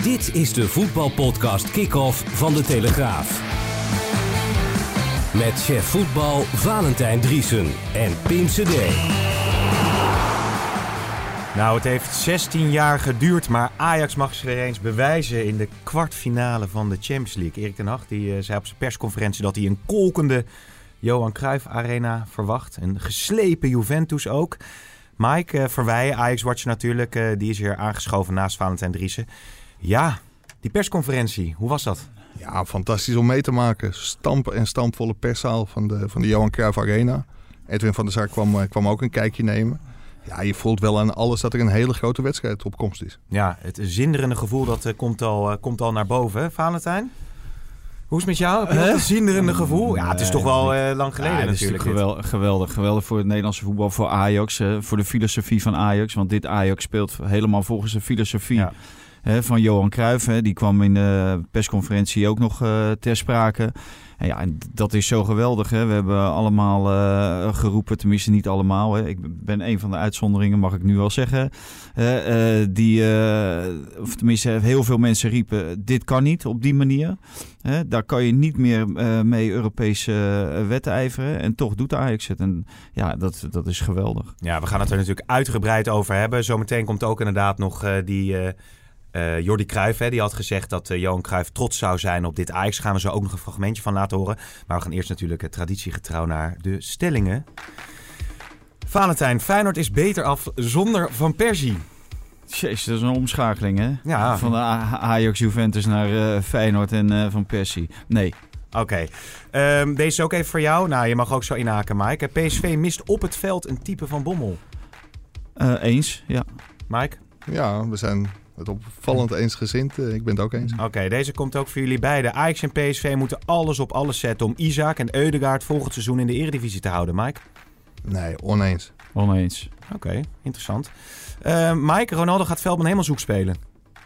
Dit is de voetbalpodcast Kick-Off van De Telegraaf. Met chef voetbal Valentijn Driessen en Pim Cedee. Nou, het heeft 16 jaar geduurd, maar Ajax mag zich weer eens bewijzen in de kwartfinale van de Champions League. Erik ten Hag die zei op zijn persconferentie dat hij een kolkende Johan Cruijff Arena verwacht. Een geslepen Juventus ook. Mike Verweijen, Ajax-watcher natuurlijk, die is hier aangeschoven naast Valentijn Driessen. Ja, die persconferentie, hoe was dat? Ja, fantastisch om mee te maken. Stamp en stampvolle perszaal van de Johan Cruijff Arena. Edwin van der Sar kwam ook een kijkje nemen. Ja, je voelt wel aan alles dat er een hele grote wedstrijd op komst is. Ja, het zinderende gevoel dat komt al naar boven, hè, Valentijn? Hoe is het met jou? Heb je een zinderende gevoel? Ja, het is toch wel lang geleden natuurlijk. Het is geweldig voor het Nederlandse voetbal, voor Ajax, voor de filosofie van Ajax. Want dit Ajax speelt helemaal volgens de filosofie van Johan Cruijff. Die kwam in de persconferentie ook nog ter sprake. En dat is zo geweldig. Hè? We hebben allemaal geroepen, tenminste niet allemaal. Hè? Ik ben een van de uitzonderingen, mag ik nu wel zeggen. Of tenminste heel veel mensen riepen, dit kan niet op die manier. Daar kan je niet meer mee Europese wedijveren. En toch doet Ajax het. En ja, dat is geweldig. Ja, we gaan het er natuurlijk uitgebreid over hebben. Zometeen komt ook inderdaad nog Jordi Cruijff, die had gezegd dat Johan Cruijff trots zou zijn op dit Ajax. Gaan we zo ook nog een fragmentje van laten horen. Maar we gaan eerst natuurlijk traditiegetrouw naar de stellingen. Valentijn, Feyenoord is beter af zonder Van Persie. Jezus, dat is een omschakeling, hè? Ja. Van de Ajax Juventus naar Feyenoord en Van Persie. Nee. Oké. Deze is ook even voor jou. Nou, je mag ook zo inhaken, Mike. PSV mist op het veld een type van Bommel. Eens, ja. Mike? Ja, we zijn het opvallend eensgezind. Ik ben het ook eens. Oké, deze komt ook voor jullie beiden. Ajax en PSV moeten alles op alles zetten om Isaac en Ødegaard volgend seizoen in de Eredivisie te houden. Mike? Nee, oneens. Oneens. Oké, interessant. Mike, Ronaldo gaat Veldman helemaal zoek spelen.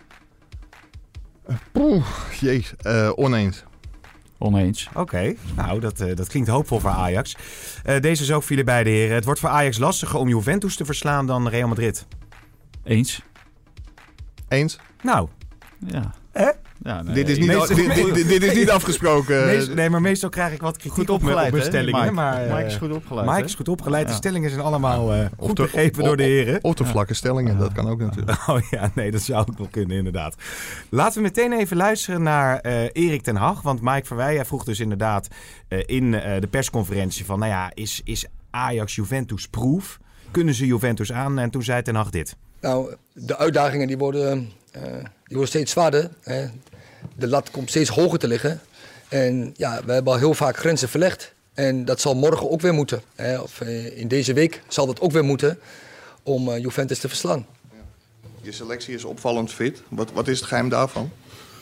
Oneens. Oneens. Oké, nou dat klinkt hoopvol voor Ajax. Deze is ook voor jullie beiden heren. Het wordt voor Ajax lastiger om Juventus te verslaan dan Real Madrid. Eens. Eens? Nou. Ja. Ja, nee, dit is niet afgesproken. Maar meestal krijg ik wat kritiek op mijn stellingen. Mike is goed opgeleid. Mike is goed opgeleid. De stellingen zijn allemaal goed begrepen door de heren. Of de vlakke stellingen, dat kan ook natuurlijk. Oh ja, nee, dat zou ook wel kunnen inderdaad. Laten we meteen even luisteren naar Erik ten Hag. Want Mike Verweijen vroeg dus inderdaad in de persconferentie van... Nou ja, is Ajax Juventus proof? Kunnen ze Juventus aan? En toen zei ten Hag dit. Nou, de uitdagingen die worden steeds zwaarder. Hè. De lat komt steeds hoger te liggen. En ja, we hebben al heel vaak grenzen verlegd. En dat zal morgen ook weer moeten. Hè. Of in deze week zal dat ook weer moeten om Juventus te verslaan. Je selectie is opvallend fit. Wat is het geheim daarvan?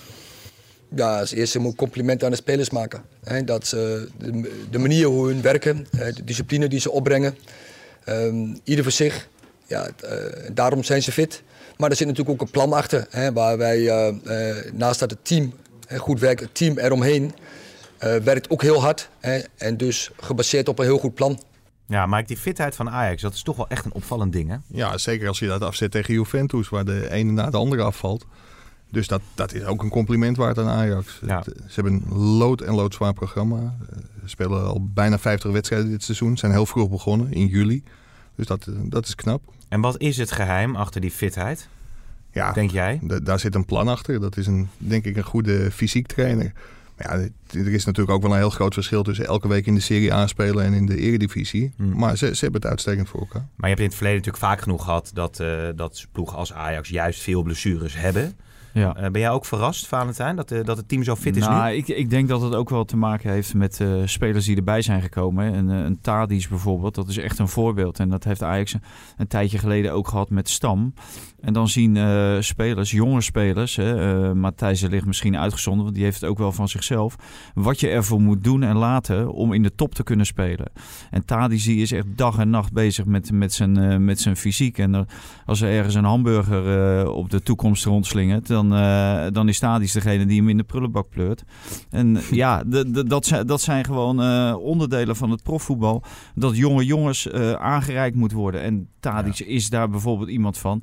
Ja, als eerste moet ik complimenten aan de spelers maken. Hè. Dat ze de manier hoe hun werken, de discipline die ze opbrengen. Ieder voor zich. Ja, daarom zijn ze fit. Maar er zit natuurlijk ook een plan achter. Hè, waar wij naast dat het team goed werkt, het team eromheen werkt ook heel hard. Hè, en dus gebaseerd op een heel goed plan. Ja, maar die fitheid van Ajax, dat is toch wel echt een opvallend ding, hè? Ja, zeker als je dat afzet tegen Juventus, waar de ene na de andere afvalt. Dus dat is ook een compliment waard aan Ajax. Ja. Ze hebben een loodzwaar programma. Ze spelen al bijna 50 wedstrijden dit seizoen. Zijn heel vroeg begonnen, in juli. Dus dat is knap. En wat is het geheim achter die fitheid? Ja, denk jij? Daar zit een plan achter. Dat is denk ik een goede fysiek trainer. Maar ja, er is natuurlijk ook wel een heel groot verschil tussen elke week in de Serie A spelen en in de Eredivisie. Maar ze hebben het uitstekend voor elkaar. Maar je hebt in het verleden natuurlijk vaak genoeg gehad dat ploegen als Ajax juist veel blessures hebben. Ja. Ben jij ook verrast, Valentijn, dat het team zo fit is nu? Ik denk dat het ook wel te maken heeft met spelers die erbij zijn gekomen. Een Tadic bijvoorbeeld, dat is echt een voorbeeld. En dat heeft Ajax een tijdje geleden ook gehad met Stam. En dan zien spelers, jonge spelers, Matthijs ligt misschien uitgezonderd, want die heeft het ook wel van zichzelf, wat je ervoor moet doen en laten om in de top te kunnen spelen. En Tadic is echt dag en nacht bezig met zijn fysiek. En als er ergens een hamburger op de toekomst rondslingert, dan dan is Tadić degene die hem in de prullenbak pleurt. En ja, dat zijn gewoon onderdelen van het profvoetbal. Dat jonge jongens aangereikt moet worden. En Tadić is daar bijvoorbeeld iemand van.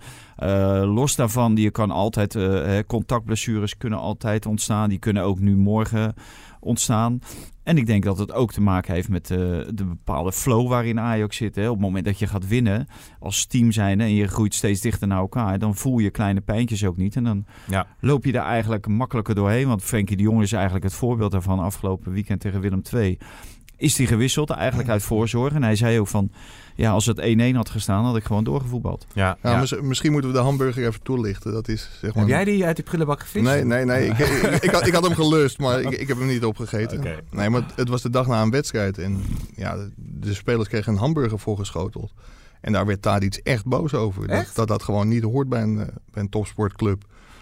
Los daarvan, je kan altijd... contactblessures kunnen altijd ontstaan. Die kunnen ook nu morgen ontstaan. En ik denk dat het ook te maken heeft met de bepaalde flow waarin Ajax zit. Hè. Op het moment dat je gaat winnen als team zijn en je groeit steeds dichter naar elkaar, dan voel je kleine pijntjes ook niet. En dan loop je daar eigenlijk makkelijker doorheen. Want Frenkie de Jong is eigenlijk het voorbeeld daarvan. Afgelopen weekend tegen Willem II is hij gewisseld, eigenlijk uit voorzorg. En hij zei ook van, als het 1-1 had gestaan, had ik gewoon doorgevoetbald. Misschien moeten we de hamburger even toelichten. Dat is, zeg maar... Heb jij die uit de prullenbak gevist? Nee. Ik had hem gelust, maar ik heb hem niet opgegeten. Okay. Nee, maar het was de dag na een wedstrijd. En de spelers kregen een hamburger voorgeschoteld. En daar werd Tadić echt boos over. Dat gewoon niet hoort bij een topsportclub.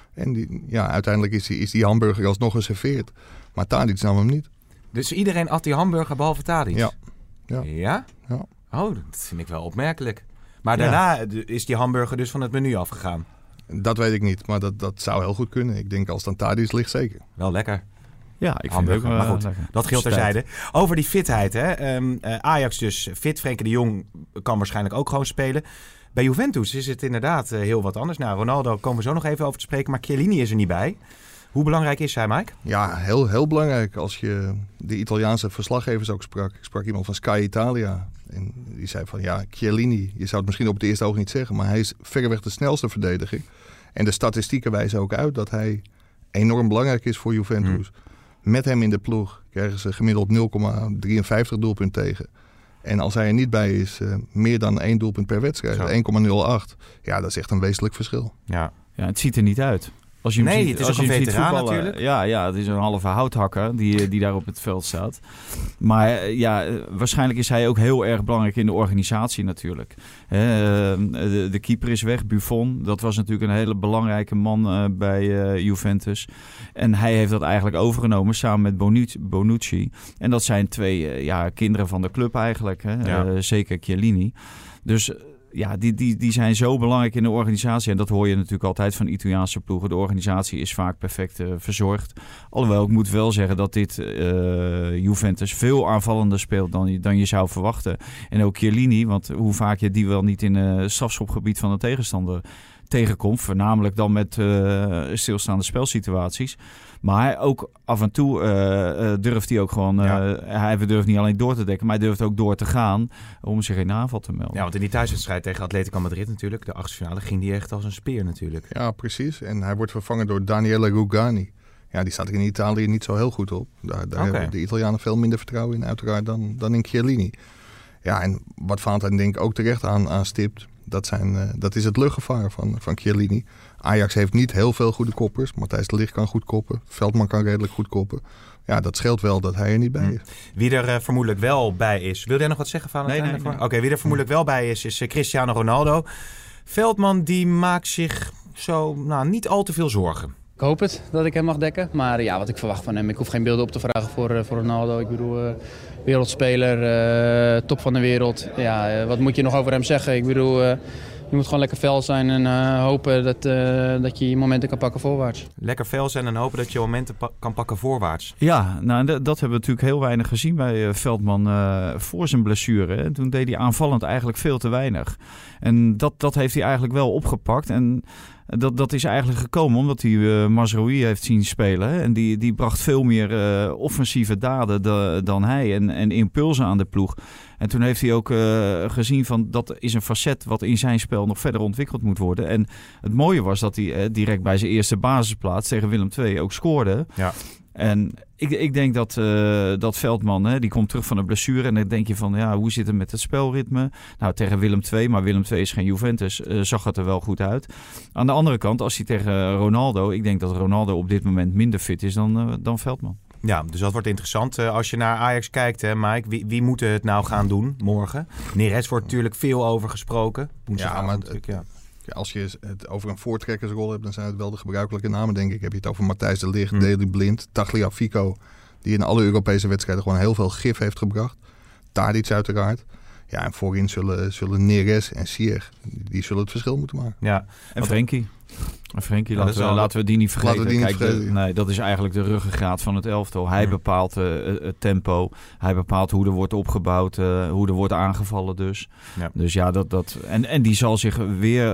En uiteindelijk is die hamburger alsnog geserveerd. Maar Tadić nam hem niet. Dus iedereen at die hamburger behalve Tadić? Ja? Ja. Oh, dat vind ik wel opmerkelijk. Maar daarna is die hamburger dus van het menu afgegaan? Dat weet ik niet, maar dat zou heel goed kunnen. Ik denk als het aan Tadić ligt, zeker. Wel lekker. Ja, ik vind het ook maar goed, dat geldt terzijde. Over die fitheid, hè. Ajax dus fit. Frenkie de Jong kan waarschijnlijk ook gewoon spelen. Bij Juventus is het inderdaad heel wat anders. Nou, Ronaldo komen we zo nog even over te spreken, maar Chiellini is er niet bij. Hoe belangrijk is hij, Mike? Ja, heel, heel belangrijk. Als je de Italiaanse verslaggevers ook sprak. Ik sprak iemand van Sky Italia. En die zei van, Chiellini, je zou het misschien op het eerste oog niet zeggen, maar hij is verreweg de snelste verdediger. En de statistieken wijzen ook uit dat hij enorm belangrijk is voor Juventus. Met hem in de ploeg krijgen ze gemiddeld 0,53 doelpunt tegen. En als hij er niet bij is, meer dan 1 doelpunt per wedstrijd, 1,08. Ja, dat is echt een wezenlijk verschil. Ja, het ziet er niet uit. Als je het is ook een veteraan natuurlijk. Ja, het is een halve houthakker die daar op het veld staat. Maar waarschijnlijk is hij ook heel erg belangrijk in de organisatie natuurlijk. De keeper is weg, Buffon. Dat was natuurlijk een hele belangrijke man bij Juventus. En hij heeft dat eigenlijk overgenomen samen met Bonucci. En dat zijn 2 kinderen van de club eigenlijk. Zeker Chiellini. Dus... die zijn zo belangrijk in de organisatie. En dat hoor je natuurlijk altijd van Italiaanse ploegen. De organisatie is vaak perfect verzorgd. Alhoewel, ik moet wel zeggen dat dit Juventus veel aanvallender speelt dan je zou verwachten. En ook Chiellini, want hoe vaak je die wel niet in het strafschopgebied van de tegenstander tegenkomt. Voornamelijk dan met stilstaande spelsituaties. Maar ook af en toe durft hij ook gewoon... Hij durft niet alleen door te dekken, maar hij durft ook door te gaan om zich in de aanval te melden. Ja, want in die thuiswedstrijd tegen Atletico Madrid natuurlijk, de achtste ging hij echt als een speer natuurlijk. Ja, precies. En hij wordt vervangen door Daniele Rugani. Ja, die staat er in Italië niet zo heel goed op. Daar hebben de Italianen veel minder vertrouwen in uiteraard dan in Chiellini. Ja, en wat Valentijn denk ik ook terecht aanstipt, dat is het luchtgevaar van Chiellini. Ajax heeft niet heel veel goede koppers. Matthijs de Ligt kan goed koppen. Veldman kan redelijk goed koppen. Ja, dat scheelt wel dat hij er niet bij is. Wie er vermoedelijk wel bij is... Wil jij nog wat zeggen, Valentijn? Nee. Oké, wie er vermoedelijk wel bij is Cristiano Ronaldo. Veldman die maakt zich zo niet al te veel zorgen. Ik hoop het dat ik hem mag dekken. Maar wat ik verwacht van hem. Ik hoef geen beelden op te vragen voor Ronaldo. Ik bedoel, wereldspeler, top van de wereld. Ja, wat moet je nog over hem zeggen? Ik bedoel, je moet gewoon lekker fel zijn en hopen dat je momenten kan pakken voorwaarts. Lekker fel zijn en hopen dat je momenten kan pakken voorwaarts. Ja, dat hebben we natuurlijk heel weinig gezien bij Veldman voor zijn blessure. Hè. Toen deed hij aanvallend eigenlijk veel te weinig. En dat heeft hij eigenlijk wel opgepakt. En dat is eigenlijk gekomen omdat hij Mazraoui heeft zien spelen. Hè? En die bracht veel meer offensieve daden dan hij en impulsen aan de ploeg. En toen heeft hij ook gezien van dat is een facet wat in zijn spel nog verder ontwikkeld moet worden. En het mooie was dat hij direct bij zijn eerste basisplaats tegen Willem II ook scoorde. Ja. En ik denk dat Veldman, die komt terug van een blessure. En dan denk je van, hoe zit het met het spelritme? Nou, tegen Willem II, maar Willem II is geen Juventus, zag het er wel goed uit. Aan de andere kant, als hij tegen Ronaldo... Ik denk dat Ronaldo op dit moment minder fit is dan Veldman. Ja, dus dat wordt interessant. Als je naar Ajax kijkt, hè, Mike, wie moet het nou gaan doen morgen? Neres wordt natuurlijk veel over gesproken. Als je het over een voortrekkersrol hebt, dan zijn het wel de gebruikelijke namen, denk ik. Heb je het over Matthijs de Ligt, Daley Blind, Tagliafico, die in alle Europese wedstrijden gewoon heel veel gif heeft gebracht. Tadić uiteraard. Ja, en voorin zullen Neres en Ziyech, die zullen het verschil moeten maken. Ja, en Frenkie. Frenkie, laten we die niet vergeten. Kijk, dat is eigenlijk de ruggengraat van het elftal. Hij bepaalt het tempo. Hij bepaalt hoe er wordt opgebouwd. Hoe er wordt aangevallen dus. Ja. Dus ja, en die zal zich weer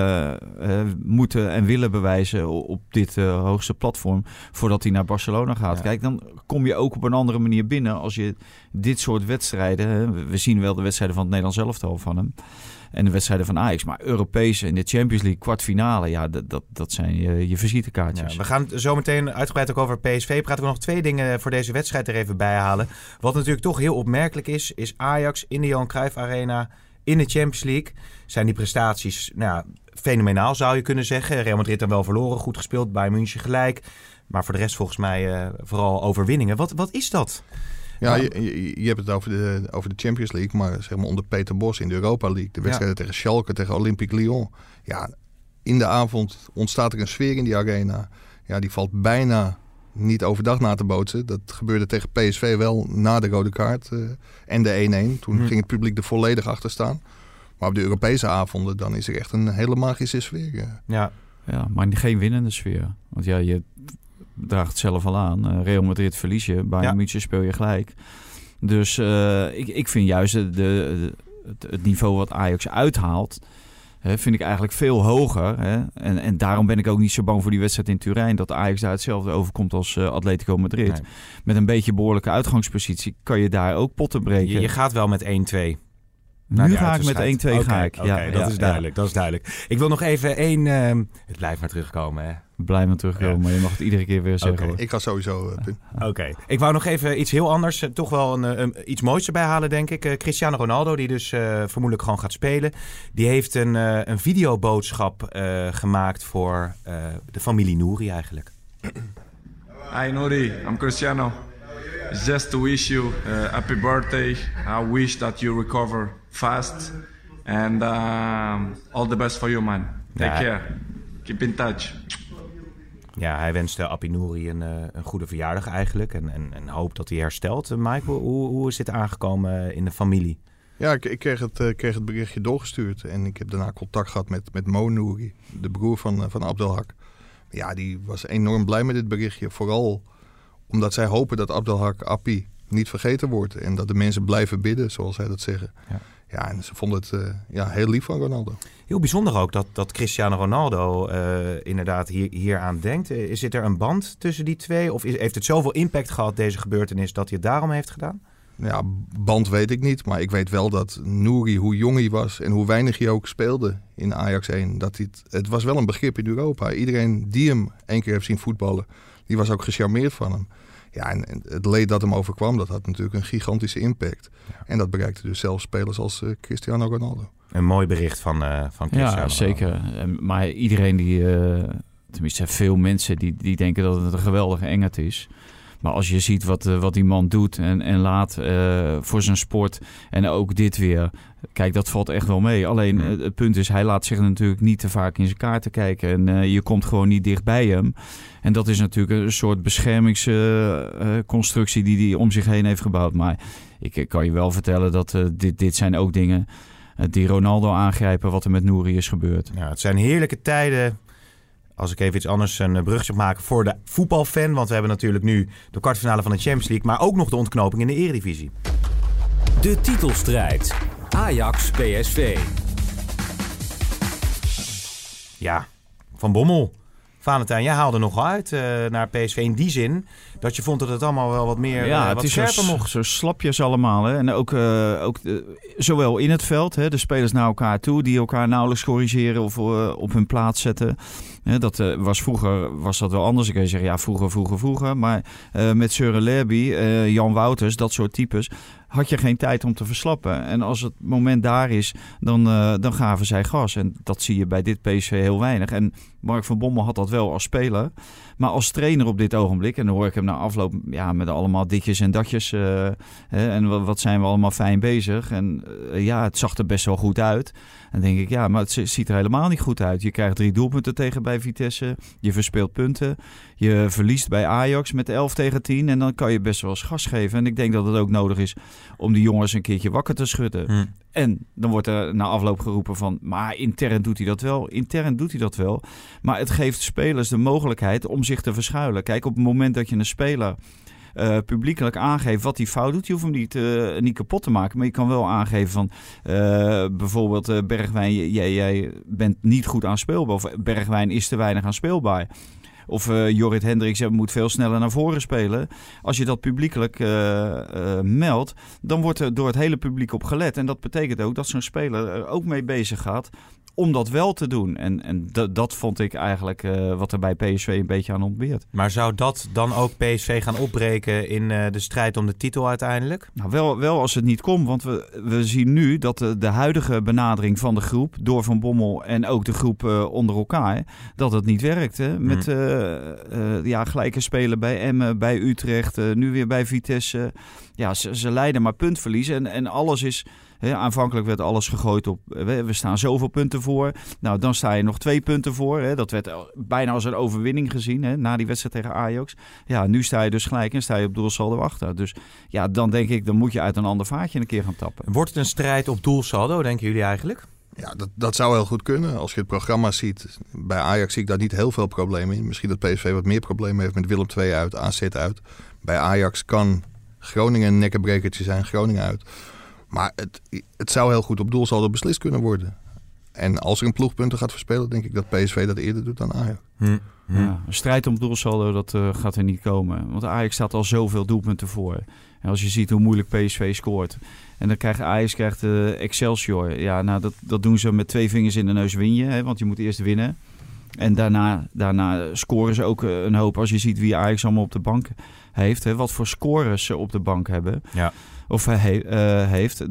moeten en willen bewijzen op dit hoogste platform voordat hij naar Barcelona gaat. Ja. Kijk, dan kom je ook op een andere manier binnen als je dit soort wedstrijden... We zien wel de wedstrijden van het Nederlands elftal van hem. En de wedstrijden van Ajax. Maar Europese in de Champions League kwartfinale, ja, dat zijn je visitekaartjes. Ja, we gaan zo meteen uitgebreid ook over PSV praten. We nog 2 dingen voor deze wedstrijd er even bij halen. Wat natuurlijk toch heel opmerkelijk is Ajax in de Johan Cruijff Arena in de Champions League. Zijn die prestaties fenomenaal, zou je kunnen zeggen. Real Madrid dan wel verloren, goed gespeeld, Bayern München gelijk. Maar voor de rest volgens mij vooral overwinningen. Wat is dat? Ja, je hebt het over de Champions League, maar zeg maar onder Peter Bos in de Europa League. De wedstrijden tegen Schalke, tegen Olympique Lyon. Ja, in de avond ontstaat er een sfeer in die arena. Ja, die valt bijna niet overdag na te bootsen. Dat gebeurde tegen PSV wel na de rode kaart en de 1-1. Toen ging het publiek er volledig achter staan. Maar op de Europese avonden, dan is er echt een hele magische sfeer. Ja, maar geen winnende sfeer. Want ja, je draagt het zelf al aan. Real Madrid verlies je, Bayern München speel je gelijk. Dus ik vind juist het niveau wat Ajax uithaalt, vind ik eigenlijk veel hoger. En daarom ben ik ook niet zo bang voor die wedstrijd in Turijn, dat Ajax daar hetzelfde overkomt als Atletico Madrid. Nee. Met een beetje behoorlijke uitgangspositie kan je daar ook potten breken. Je gaat wel met 1-2. Nu ga ik met 1-2 ga ik. Oké, dat is duidelijk. Dat is duidelijk. Ik wil nog even het blijft maar terugkomen, hè? Blijf maar terugkomen, maar je mag het iedere keer weer zeggen. Hoor. Ik ga sowieso... Oké. Ik wou nog even iets heel anders, toch wel iets moois erbij halen, denk ik. Cristiano Ronaldo, die dus vermoedelijk gewoon gaat spelen. Die heeft een videoboodschap gemaakt voor de familie Nouri eigenlijk. Hi Nouri, I'm Cristiano. Just to wish you happy birthday. I wish that you recover fast. And all the best for you, man. Take care. Keep in touch. Ja, hij wenste Appie Nouri een goede verjaardag eigenlijk. En hoopt dat hij herstelt. Michael, hoe is dit aangekomen in de familie? Ja, ik kreeg het berichtje doorgestuurd. En ik heb daarna contact gehad met Mo Nouri, de broer van Abdelhak. Ja, die was enorm blij met dit berichtje. Vooral omdat zij hopen dat Abdelhak Appie niet vergeten wordt. En dat de mensen blijven bidden, zoals zij dat zeggen. Ja, en ze vonden het heel lief van Ronaldo. Heel bijzonder ook dat Cristiano Ronaldo inderdaad hier aan denkt. Zit er een band tussen die twee? Of heeft het zoveel impact gehad, deze gebeurtenis, dat hij het daarom heeft gedaan? Ja, band weet ik niet. Maar ik weet wel dat Nouri, hoe jong hij was en hoe weinig hij ook speelde in Ajax 1. Het was wel een begrip in Europa. Iedereen die hem 1 keer heeft zien voetballen, die was ook gecharmeerd van hem. Ja, en het leed dat hem overkwam, dat had natuurlijk een gigantische impact. Ja. En dat bereikte dus zelfs spelers als Cristiano Ronaldo. Een mooi bericht van Cristiano. Ja, zeker. Maar iedereen tenminste veel mensen die denken dat het een geweldige engert is. Maar als je ziet wat die man doet en laat voor zijn sport en ook dit weer. Kijk, dat valt echt wel mee. Alleen het punt is, hij laat zich natuurlijk niet te vaak in zijn kaarten kijken. En je komt gewoon niet dicht bij hem. En dat is natuurlijk een soort beschermingsconstructie die hij om zich heen heeft gebouwd. Maar ik kan je wel vertellen dat dit zijn ook dingen die Ronaldo aangrijpen wat er met Nouri is gebeurd. Ja, het zijn heerlijke tijden. Als ik even iets anders een brugje mag maken voor de voetbalfan. Want we hebben natuurlijk nu de kwartfinale van de Champions League. Maar ook nog de ontknoping in de Eredivisie. De titelstrijd. Ajax-PSV. Ja, Van Bommel. Valentijn, jij haalde nogal uit naar PSV in die zin dat je vond dat het allemaal wel wat meer wat scherper mocht. Zo slapjes allemaal. Hè? En ook zowel in het veld, hè, de spelers naar elkaar toe, die elkaar nauwelijks corrigeren of op hun plaats zetten. Vroeger was dat wel anders. Ik kan je zeggen, ja, vroeger. Maar met Søren Lerby, Jan Wouters, dat soort types, had je geen tijd om te verslappen. En als het moment daar is, dan gaven zij gas. En dat zie je bij dit PSV heel weinig. En Mark van Bommel had dat wel als speler. Maar als trainer op dit ogenblik, en dan hoor ik hem na afloop met allemaal ditjes en datjes. En wat zijn we allemaal fijn bezig. En het zag er best wel goed uit. En denk ik, maar het ziet er helemaal niet goed uit. Je krijgt 3 doelpunten tegen bij Vitesse. Je verspeelt punten. Je verliest bij Ajax met 11-10. En dan kan je best wel eens gas geven. En ik denk dat het ook nodig is om die jongens een keertje wakker te schudden. En dan wordt er na afloop geroepen van, maar intern doet hij dat wel. Intern doet hij dat wel. Maar het geeft spelers de mogelijkheid om zich te verschuilen. Kijk, op het moment dat je een speler publiekelijk aangeeft wat hij fout doet. Je hoeft hem niet kapot te maken. Maar je kan wel aangeven van bijvoorbeeld Bergwijn, jij bent niet goed aanspeelbaar. Of Bergwijn is te weinig aanspeelbaar. Of Jorrit Hendricks moet veel sneller naar voren spelen. Als je dat publiekelijk meldt, dan wordt er door het hele publiek op gelet. En dat betekent ook dat zo'n speler er ook mee bezig gaat om dat wel te doen. En dat vond ik eigenlijk wat er bij PSV een beetje aan ontbeert. Maar zou dat dan ook PSV gaan opbreken in de strijd om de titel uiteindelijk? Nou, wel als het niet komt. Want we zien nu dat de huidige benadering van de groep, door Van Bommel en ook de groep onder elkaar, dat het niet werkt. Hè? Met gelijke spelen bij Emmen, bij Utrecht, nu weer bij Vitesse. Ja, ze leiden maar puntverlies en alles is... aanvankelijk werd alles gegooid op, we staan zoveel punten voor. Nou, dan sta je nog 2 punten voor. Dat werd bijna als een overwinning gezien, na die wedstrijd tegen Ajax. Ja, nu sta je dus gelijk en sta je op doelsaldo achter. Dus ja, dan denk ik, dan moet je uit een ander vaatje een keer gaan tappen. Wordt het een strijd op doelsaldo, denken jullie eigenlijk? Ja, dat zou heel goed kunnen. Als je het programma ziet, bij Ajax zie ik daar niet heel veel problemen in. Misschien dat PSV wat meer problemen heeft met Willem II uit, AZ uit. Bij Ajax kan Groningen een nekkenbrekertje zijn, Groningen uit. Maar het zou heel goed op doelsaldo beslist kunnen worden. En als er een ploeg punten gaat verspelen, denk ik dat PSV dat eerder doet dan Ajax. Ja, een strijd om doelsaldo, dat gaat er niet komen. Want Ajax staat al zoveel doelpunten voor. En als je ziet hoe moeilijk PSV scoort. En dan krijgt Ajax Excelsior. Ja, nou, dat doen ze met 2 vingers in de neus win je. Hè, want je moet eerst winnen. En daarna scoren ze ook een hoop. Als je ziet wie Ajax allemaal op de bank heeft. Hè, wat voor scores ze op de bank hebben. Ja. Of heeft.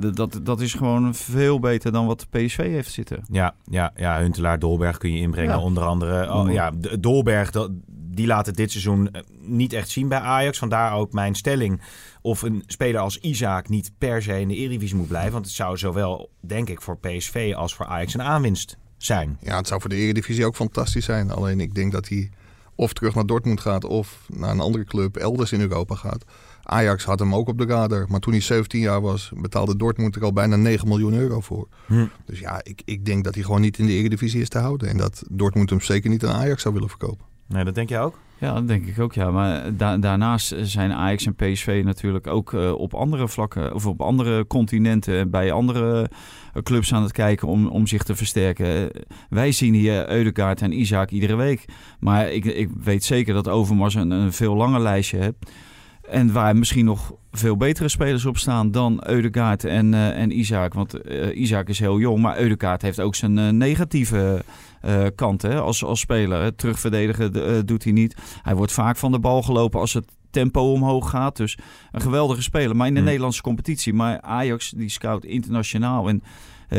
Dat is gewoon veel beter dan wat PSV heeft zitten. Ja, Huntelaar, Dolberg kun je inbrengen. Ja. Onder andere. Dolberg, die laat het dit seizoen niet echt zien bij Ajax. Vandaar ook mijn stelling. Of een speler als Isaac niet per se in de Eredivisie moet blijven. Want het zou zowel, denk ik, voor PSV als voor Ajax een aanwinst zijn. Ja, het zou voor de Eredivisie ook fantastisch zijn. Alleen ik denk dat hij of terug naar Dortmund gaat of naar een andere club elders in Europa gaat. Ajax had hem ook op de radar. Maar toen hij 17 jaar was, betaalde Dortmund er al bijna 9 miljoen euro voor. Dus ja, ik denk dat hij gewoon niet in de Eredivisie is te houden. En dat Dortmund hem zeker niet aan Ajax zou willen verkopen. Nee, dat denk jij ook? Ja, dat denk ik ook, ja. Maar daarnaast zijn Ajax en PSV natuurlijk ook op andere vlakken of op andere continenten bij andere clubs aan het kijken om zich te versterken. Wij zien hier Ødegaard en Isaac iedere week. Maar ik weet zeker dat Overmars een veel langer lijstje hebt. En waar misschien nog veel betere spelers op staan dan Ødegaard en Isaac. Want Isaac is heel jong, maar Ødegaard heeft ook zijn negatieve kant als speler. Terugverdedigen doet hij niet. Hij wordt vaak van de bal gelopen als het tempo omhoog gaat. Dus een geweldige speler, maar in de Nederlandse competitie. Maar Ajax die scout internationaal. En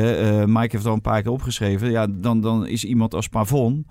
Mike heeft al een paar keer opgeschreven. Ja, dan is iemand als Pavon,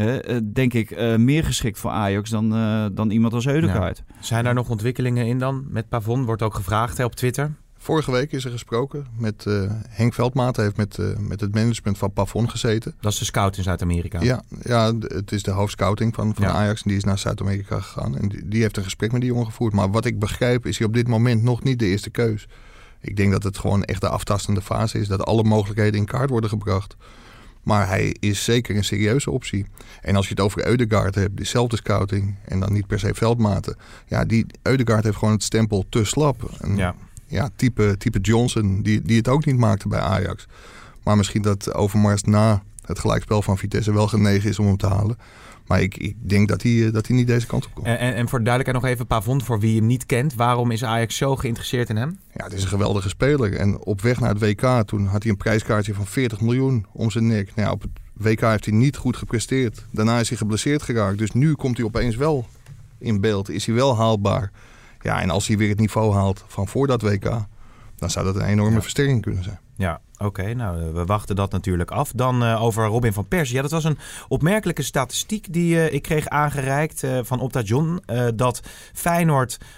denk ik, meer geschikt voor Ajax dan iemand als Ødegaard. Ja. Zijn daar nog ontwikkelingen in dan? Met Pavon wordt ook gevraagd op Twitter. Vorige week is er gesproken met Henk Veldmaat. Hij heeft met het management van Pavon gezeten. Dat is de scout in Zuid-Amerika. Ja, het is de hoofdscouting van Ajax. En die is naar Zuid-Amerika gegaan. En die heeft een gesprek met die jongen gevoerd. Maar wat ik begrijp is hij op dit moment nog niet de eerste keus. Ik denk dat het gewoon echt de aftastende fase is. Dat alle mogelijkheden in kaart worden gebracht. Maar hij is zeker een serieuze optie. En als je het over Ødegaard hebt, dezelfde scouting. En dan niet per se Veldmaten. Ja, die Ødegaard heeft gewoon het stempel te slap. Ja, type Johnson, die het ook niet maakte bij Ajax. Maar misschien dat Overmars na het gelijkspel van Vitesse wel genegen is om hem te halen. Maar ik denk dat hij niet deze kant op komt. En voor de duidelijkheid nog even Pavon, voor wie hem niet kent. Waarom is Ajax zo geïnteresseerd in hem? Ja, het is een geweldige speler. En op weg naar het WK, toen had hij een prijskaartje van 40 miljoen om zijn nek. Nou ja, op het WK heeft hij niet goed gepresteerd. Daarna is hij geblesseerd geraakt. Dus nu komt hij opeens wel in beeld. Is hij wel haalbaar. Ja, en als hij weer het niveau haalt van voor dat WK, dan zou dat een enorme versterking kunnen zijn. Ja, oké. Nou, we wachten dat natuurlijk af. Dan over Robin van Persie. Ja, dat was een opmerkelijke statistiek die ik kreeg aangereikt van Opta John. Dat Feyenoord 48%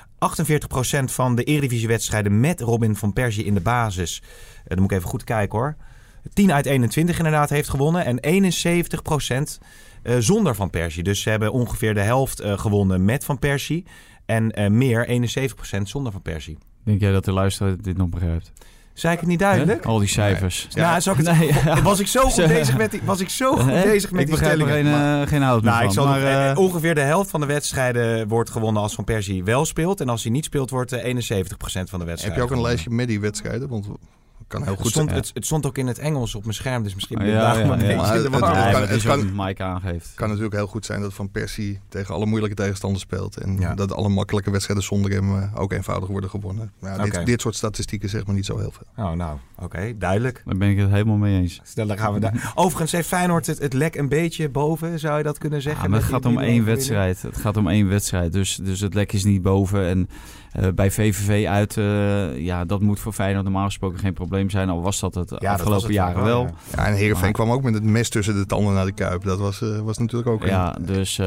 van de Eredivisiewedstrijden met Robin van Persie in de basis. Dan moet ik even goed kijken hoor. 10 uit 21 inderdaad heeft gewonnen. En 71% zonder Van Persie. Dus ze hebben ongeveer de helft gewonnen met Van Persie. En meer, 71% zonder Van Persie. Denk jij dat de luisteraar dit nog begrijpt? Zei ik het niet duidelijk? Al die cijfers. Nee. Ja, was ik zo goed bezig met die ik begrijp er geen hout meer van. Ongeveer de helft van de wedstrijden wordt gewonnen als Van Persie wel speelt. En als hij niet speelt, wordt 71% van de wedstrijden. Heb je ook een lijstje met die wedstrijden? Want kan heel goed zijn. Het stond ook in het Engels op mijn scherm, dus misschien het kan Mike aangeeft. Het kan natuurlijk heel goed zijn dat Van Persie tegen alle moeilijke tegenstanders speelt. En dat alle makkelijke wedstrijden zonder hem ook eenvoudig worden gewonnen. Dit soort statistieken zeg maar niet zo heel veel. Oké, duidelijk. Daar ben ik het helemaal mee eens. Dan gaan we daar. Overigens heeft Feyenoord het lek een beetje boven, zou je dat kunnen zeggen? Ja, maar het gaat om één wedstrijd. Het gaat om één wedstrijd. Dus het lek is niet boven. En bij VVV uit, dat moet voor Feyenoord normaal gesproken geen probleem zijn. Al was dat het afgelopen jaren wel. Ja, en Heerenveen kwam ook met het mes tussen de tanden naar de Kuip. Dat was natuurlijk ook... Dus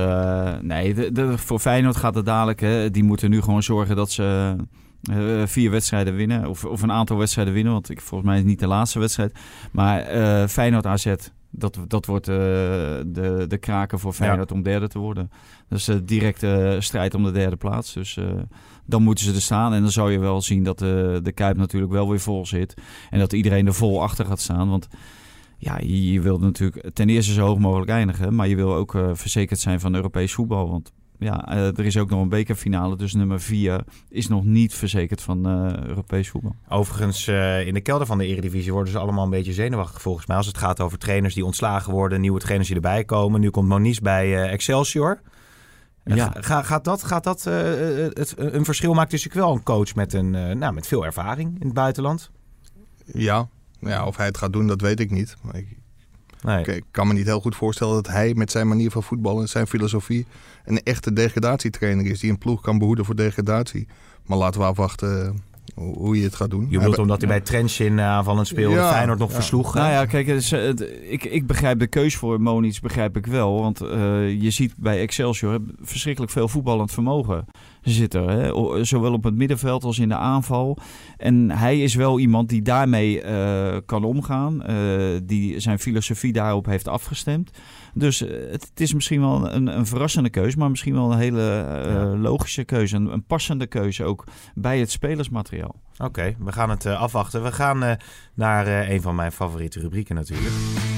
voor Feyenoord gaat het dadelijk. Hè, die moeten nu gewoon zorgen dat ze 4 wedstrijden winnen. Of een aantal wedstrijden winnen. Want volgens mij is het niet de laatste wedstrijd. Maar Feyenoord AZ... Dat wordt de kraken voor Feyenoord om derde te worden. Dus directe strijd om de derde plaats. Dus dan moeten ze er staan. En dan zou je wel zien dat de Kuip natuurlijk wel weer vol zit. En dat iedereen er vol achter gaat staan. Want je wilt natuurlijk ten eerste zo hoog mogelijk eindigen. Maar je wil ook verzekerd zijn van Europees voetbal. Want er is ook nog een bekerfinale. Dus nummer 4 is nog niet verzekerd van Europees voetbal. Overigens, in de kelder van de Eredivisie worden ze allemaal een beetje zenuwachtig volgens mij. Als het gaat over trainers die ontslagen worden, nieuwe trainers die erbij komen. Nu komt Moniz bij Excelsior. Ja. Gaat dat een verschil maken? Het is natuurlijk wel een coach met veel ervaring in het buitenland. Ja, of hij het gaat doen, dat weet ik niet. Maar ik kan me niet heel goed voorstellen dat hij met zijn manier van voetballen en zijn filosofie een echte degradatietrainer is die een ploeg kan behoeden voor degradatie. Maar laten we afwachten hoe je het gaat doen. Je bedoelt omdat hij bij Trenčín aanvallend speelde, Feyenoord nog versloeg. Nou ja, kijk, ik begrijp de keus voor Moniz, begrijp ik wel. Want je ziet bij Excelsior verschrikkelijk veel voetballend vermogen zitten. Hè? Zowel op het middenveld als in de aanval. En hij is wel iemand die daarmee kan omgaan. Die zijn filosofie daarop heeft afgestemd. Dus het is misschien wel een verrassende keuze, maar misschien wel een hele logische keuze. Een passende keuze ook bij het spelersmateriaal. Oké, we gaan het afwachten. We gaan naar een van mijn favoriete rubrieken natuurlijk.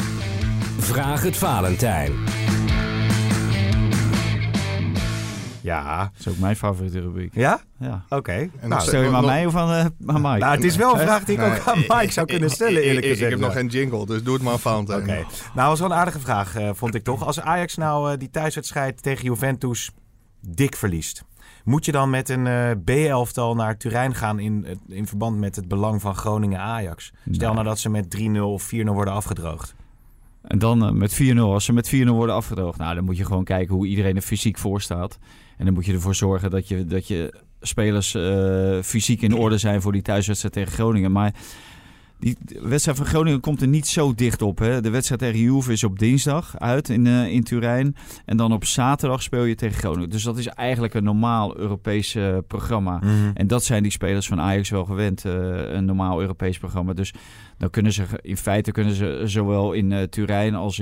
Vraag het Valentijn. Ja. Dat is ook mijn favoriete rubriek. Ja? Ja. Oké. Stel je maar mij of aan Mike? Nou, het is wel een vraag die ik ook aan Mike zou kunnen stellen, eerlijk gezegd. Ik heb nog geen jingle, dus doe het maar aan Valentijn. Oké. Nou, dat was wel een aardige vraag, vond ik toch. Als Ajax nou die thuiswedstrijd tegen Juventus dik verliest, moet je dan met een B-elftal naar Turijn gaan in verband met het belang van Groningen-Ajax? Stel nou dat ze met 3-0 of 4-0 worden afgedroogd. En dan met 4-0. Als ze met 4-0 worden afgedroogd, dan moet je gewoon kijken hoe iedereen er fysiek voor staat. En dan moet je ervoor zorgen dat je spelers fysiek in orde zijn voor die thuiswedstrijd tegen Groningen. Maar die wedstrijd van Groningen komt er niet zo dicht op. Hè? De wedstrijd tegen Juve is op dinsdag uit in Turijn. En dan op zaterdag speel je tegen Groningen. Dus dat is eigenlijk een normaal Europees programma. Mm-hmm. En dat zijn die spelers van Ajax wel gewend. Een normaal Europees programma. Dus dan kunnen ze zowel in Turijn als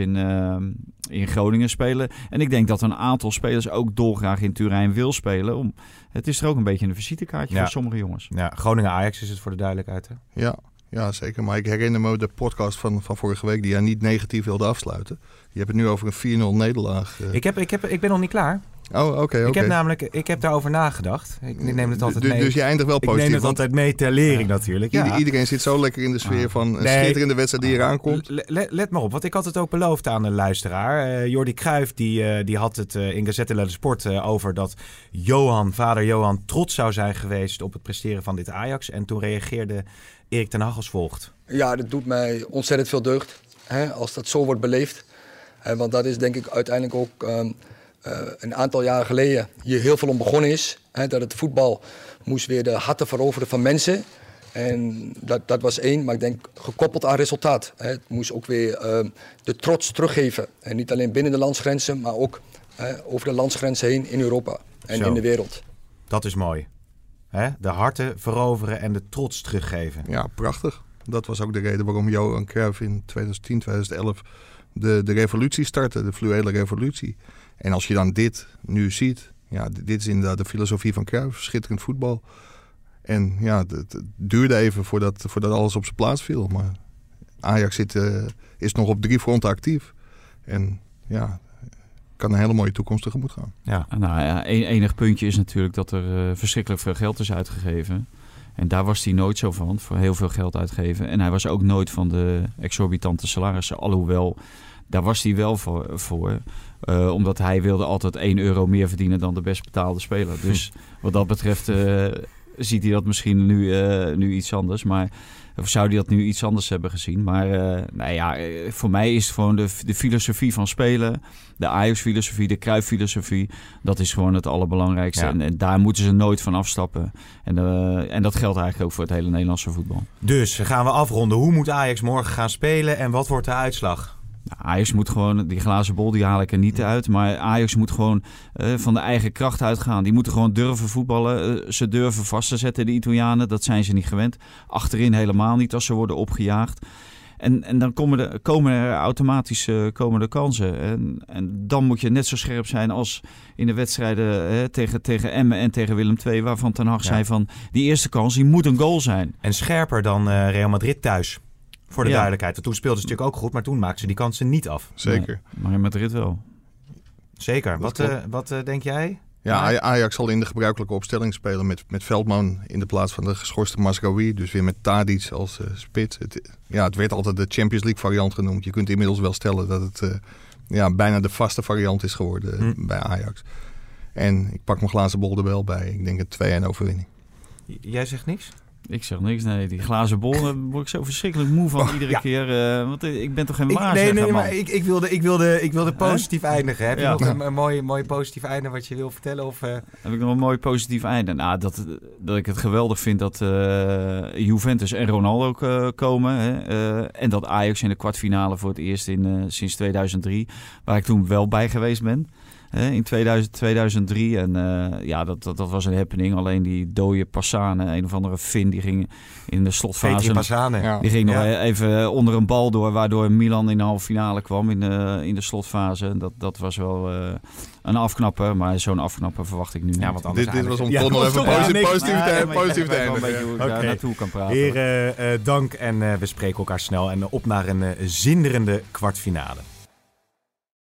in Groningen spelen. En ik denk dat een aantal spelers ook dolgraag in Turijn wil spelen. Het is er ook een beetje een visitekaartje voor sommige jongens. Ja, Groningen-Ajax is het voor de duidelijkheid. Hè? Ja, zeker. Maar ik herinner me de podcast van vorige week die jij niet negatief wilde afsluiten. Je hebt het nu over een 4-0 nederlaag. Ik ben nog niet klaar. Oh, oké. Ik heb daarover nagedacht. Ik neem het altijd mee. Dus je eindigt wel positief. Ik neem het altijd mee ter lering natuurlijk. Ja. Iedereen zit zo lekker in de sfeer van een schitterende wedstrijd die eraan komt. Let maar op, want ik had het ook beloofd aan de luisteraar. Jordi Cruijff die had het in Gazette dello Sport over dat vader Johan trots zou zijn geweest op het presteren van dit Ajax. En toen reageerde Erik ten Hag als volgt. Ja, dat doet mij ontzettend veel deugd. Als dat zo wordt beleefd. Want dat is denk ik uiteindelijk ook een aantal jaren geleden hier heel veel om begonnen is. Dat het voetbal moest weer de harten veroveren van mensen. En dat was één, maar ik denk gekoppeld aan resultaat. Het moest ook weer de trots teruggeven. En niet alleen binnen de landsgrenzen, maar ook over de landsgrenzen heen in Europa en in de wereld. Dat is mooi. De harten veroveren en de trots teruggeven. Ja, prachtig. Dat was ook de reden waarom Johan Cruijff in 2010, 2011 de revolutie startte, de fluwele revolutie. En als je dan dit nu ziet, dit is inderdaad de filosofie van Cruijff, schitterend voetbal. En ja, het duurde even voordat alles op zijn plaats viel. Maar Ajax is nog op 3 fronten actief. En ja, kan een hele mooie toekomst tegemoet gaan. Ja. Nou ja, enig puntje is natuurlijk dat er verschrikkelijk veel geld is uitgegeven. En daar was hij nooit zo van, voor heel veel geld uitgeven. En hij was ook nooit van de exorbitante salarissen. Alhoewel, daar was hij wel voor. Omdat hij wilde altijd 1 euro meer verdienen dan de best betaalde speler. Dus wat dat betreft ziet hij dat misschien nu iets anders. Of zou hij dat nu iets anders hebben gezien. Maar voor mij is het gewoon de filosofie van spelen. De Ajax-filosofie, de Cruyff-filosofie. Dat is gewoon het allerbelangrijkste. Ja. En daar moeten ze nooit van afstappen. En dat geldt eigenlijk ook voor het hele Nederlandse voetbal. Dus gaan we afronden. Hoe moet Ajax morgen gaan spelen en wat wordt de uitslag? Ajax moet gewoon, die glazen bol die haal ik er niet uit. Maar Ajax moet gewoon van de eigen kracht uitgaan. Die moeten gewoon durven voetballen. Ze durven vast te zetten, de Italianen. Dat zijn ze niet gewend. Achterin helemaal niet als ze worden opgejaagd. En dan komen er automatisch de kansen. En dan moet je net zo scherp zijn als in de wedstrijden tegen Emmen en tegen Willem II. Waarvan Ten Hag zei van, die eerste kans die moet een goal zijn. En scherper dan Real Madrid thuis. Voor de duidelijkheid. Want toen speelden ze natuurlijk ook goed, maar toen maakten ze die kansen niet af. Zeker. Nee, maar in Madrid wel. Zeker. Wat denk jij? Ja, Ajax zal in de gebruikelijke opstelling spelen met Veldman in de plaats van de geschorste Mazraoui. Dus weer met Tadic als spits. Het werd altijd de Champions League variant genoemd. Je kunt inmiddels wel stellen dat het bijna de vaste variant is geworden bij Ajax. En ik pak mijn glazen bol er wel bij. Ik denk een 2-1 overwinning. Jij zegt niks? Ik zeg niks, nee. Die glazen bol, daar word ik zo verschrikkelijk moe van iedere keer. Want ik ben toch geen waarzegger, Nee, man. maar ik wilde positief eindigen. Heb je nog een mooi positief einde wat je wil vertellen? Of, Heb ik nog een mooi positief einde? Nou, dat ik het geweldig vind dat Juventus en Ronaldo komen. En dat Ajax in de kwartfinale voor het eerst sinds 2003. Waar ik toen wel bij geweest ben. In 2003. En dat was een happening. Alleen die dode Passane, een of andere Fin, die ging in de slotfase. Die ging nog even onder een bal door, waardoor Milan in de halve finale kwam in de slotfase. Dat was wel een afknapper, maar zo'n afknapper verwacht ik nu niet. Ja, want dit was om toch nog even positief te een beetje hoe ik daar naartoe kan praten. Heren, dank en we spreken elkaar snel. En op naar een zinderende kwartfinale.